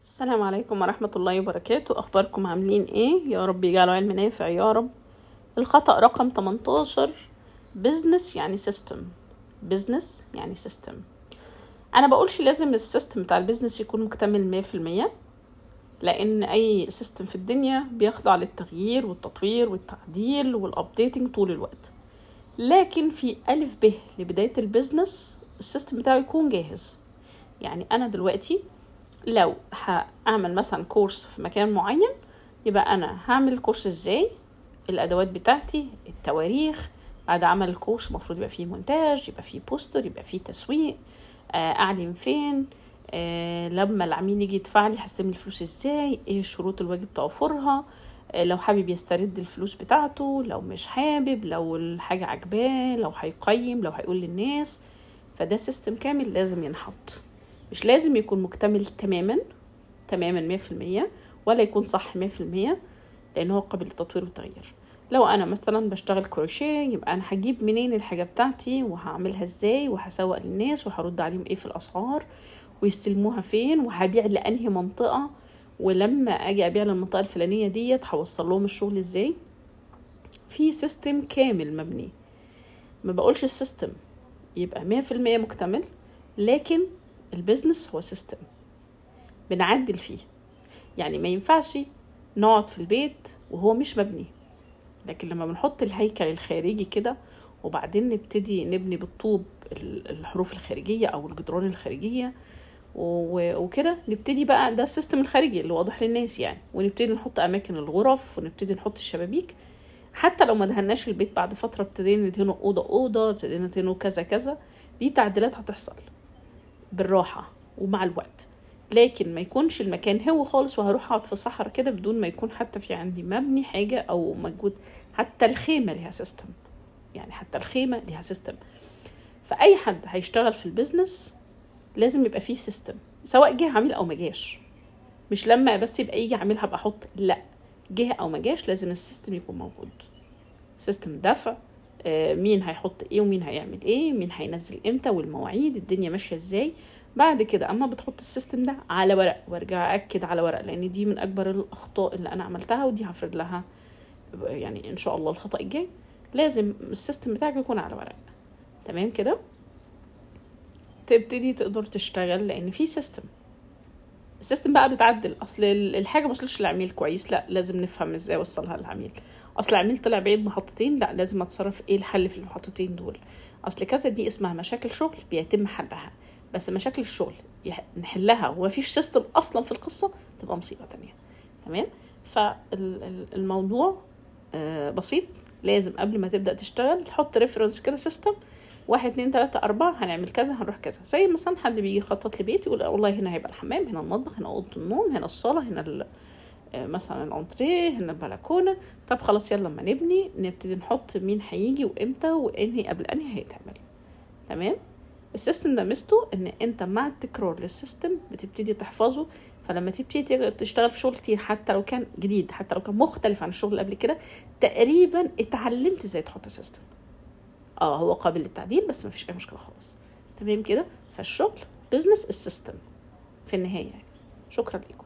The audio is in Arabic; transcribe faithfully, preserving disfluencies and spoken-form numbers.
السلام عليكم ورحمة الله وبركاته. أخباركم عاملين إيه؟ يا رب يجعلوا علم نافع يا رب. الخطأ رقم تمنتاشر، بيزنس يعني سيستم. بيزنس يعني سيستم. أنا بقولش لازم السيستم بتاع البيزنس يكون مكتمل مية في المية، لأن أي سيستم في الدنيا بيخضع للتغيير والتطوير والتعديل والأبديتنج طول الوقت. لكن في ألف ب لبداية البيزنس السيستم بتاعه يكون جاهز. يعني أنا دلوقتي لو هعمل مثلا كورس في مكان معين، يبقى انا هعمل الكورس ازاي، الادوات بتاعتي، التواريخ. بعد عمل الكورس المفروض يبقى فيه مونتاج، يبقى فيه بوستر، يبقى فيه تسويق، آه اعلن فين، آه لما العميل يجي يدفع لي هستلم الفلوس ازاي، ايه الشروط الواجب توفرها، آه لو حابب يسترد الفلوس بتاعته، لو مش حابب، لو الحاجة عجباه، لو هيقيم، لو هيقول للناس. فده سيستم كامل لازم ينحط. مش لازم يكون مكتمل تماما تماما مية في المية، ولا يكون صح مية في المية، لأنه قابل للتطوير والتغيير. لو أنا مثلا بشتغل كروشيه، يبقى أنا هجيب منين الحاجة بتاعتي وهعملها ازاي وهسوق للناس وهرد عليهم ايه في الأسعار ويستلموها فين وهبيع لأنهي منطقة، ولما أجي أبيع للمنطقة الفلانية ديت هوصل لهم الشغل ازاي. في سيستم كامل مبني. ما بقولش السيستم يبقى مية في المية مكتمل، لكن البيزنس هو سيستم بنعدل فيه. يعني ما ينفعش نقعد في البيت وهو مش مبني، لكن لما بنحط الهيكل الخارجي كده وبعدين نبتدي نبني بالطوب الحروف الخارجية او الجدران الخارجية وكده، نبتدي بقى ده السيستم الخارجي اللي واضح للناس يعني، ونبتدي نحط اماكن الغرف ونبتدي نحط الشبابيك. حتى لو ما دهناش البيت بعد فترة ابتدينا ندهنه اوضة اوضة، ابتدينا ندهنه كذا كذا. دي تعديلات هتحصل بالراحة ومع الوقت، لكن ما يكونش المكان هو خالص وهروح اقعد في صحراء كده بدون ما يكون حتى في عندي مبني حاجة او موجود. حتى الخيمة لها سيستم، يعني حتى الخيمة لها سيستم. فأي حد هيشتغل في البيزنس لازم يبقى فيه سيستم، سواء جه عميل او مجاش. مش لما بس يبقى يجي عميل هبقى احط، لا، جه او مجاش لازم السيستم يكون موجود. سيستم دفع، آه مين هيحط ايه ومين هيعمل ايه، مين هينزل امتى، والمواعيد، الدنيا ماشية ازاي. بعد كده اما بتحط السيستم ده على ورق، وارجع اكد على ورق، لان دي من اكبر الاخطاء اللي انا عملتها، ودي هفرد لها يعني ان شاء الله الخطأ الجاي. لازم السيستم بتاعك يكون على ورق. تمام كده تبتدي تقدر تشتغل، لان في سيستم. السيستم بقى بتعدل. اصل الحاجه موصلش للعميل كويس، لا لازم نفهم ازاي اوصلها للعميل. اصل العميل طلع بعيد محطتين، لا لازم اتصرف ايه الحل في المحطتين دول. اصل كذا، دي اسمها مشاكل شغل بيتم حلها. بس مشاكل الشغل نحلها ومفيش سيستم اصلا في القصه تبقى مصيبه تانية. تمام. فالموضوع بسيط. لازم قبل ما تبدا تشتغل تحط ريفرنس كده، سيستم واحد اتنين تلاتة اربعة، هنعمل كذا، هنروح كذا. زي مثلا حد بيجي يخطط لبيت يقول والله هنا هيبقى الحمام، هنا المطبخ، هنا اوضه النوم، هنا الصاله، هنا مثلا الانتريه، هنا البلكونه. طب خلاص يلا لما نبني نبتدي نحط مين هيجي وامتى وانهي قبل انهي هيتعمل. تمام. السيستم ده ميزته ان انت مع التكرار للسيستم بتبتدي تحفظه. فلما تبتدي تشتغل في شغل كتير، حتى لو كان جديد، حتى لو كان مختلف عن الشغل اللي قبل كده، تقريبا اتعلمت ازاي تحط سيستم. اه هو قابل للتعديل بس ما فيش اي مشكله خالص. تمام كده. فالشغل بيزنس السيستم في النهايه. شكرا لكم.